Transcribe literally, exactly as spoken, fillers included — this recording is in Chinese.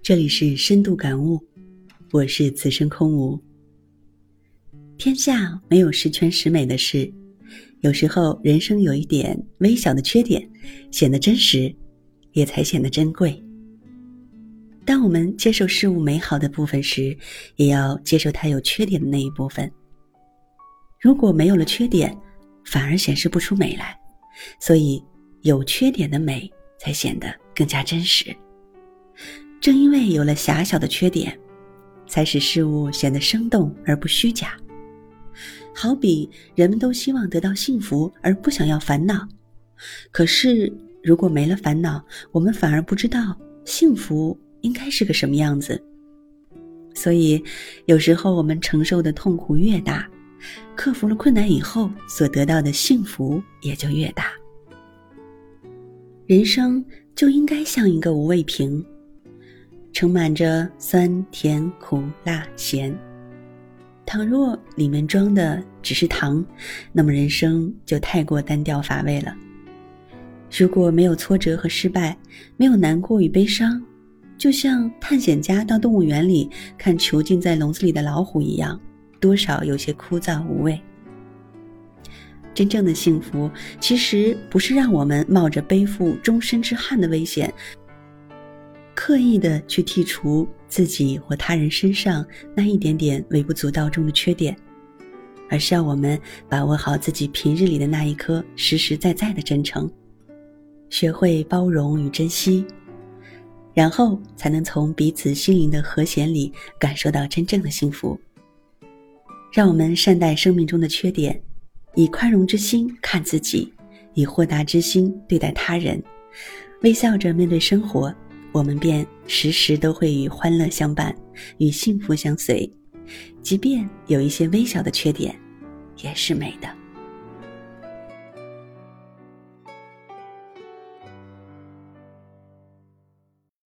这里是深度感悟，我是此生空无。天下没有十全十美的事，有时候人生有一点微小的缺点，显得真实，也才显得珍贵。当我们接受事物美好的部分时，也要接受它有缺点的那一部分。如果没有了缺点，反而显示不出美来，所以有缺点的美才显得更加真实。正因为有了狭小的缺点，才使事物显得生动而不虚假。好比人们都希望得到幸福而不想要烦恼，可是如果没了烦恼，我们反而不知道幸福应该是个什么样子。所以有时候我们承受的痛苦越大，克服了困难以后所得到的幸福也就越大。人生就应该像一个无味瓶，盛满着酸甜苦辣咸。倘若里面装的只是糖，那么人生就太过单调乏味了。如果没有挫折和失败，没有难过与悲伤，就像探险家到动物园里看囚禁在笼子里的老虎一样，多少有些枯燥无味。真正的幸福其实不是让我们冒着背负终身之憾的危险，刻意的去剔除自己或他人身上那一点点微不足道中的缺点，而是要我们把握好自己平日里的那一颗实实在在的真诚，学会包容与珍惜，然后才能从彼此心灵的和谐里感受到真正的幸福。让我们善待生命中的缺点，以宽容之心看自己，以豁达之心对待他人，微笑着面对生活，我们便时时都会与欢乐相伴，与幸福相随。即便有一些微小的缺点，也是美的。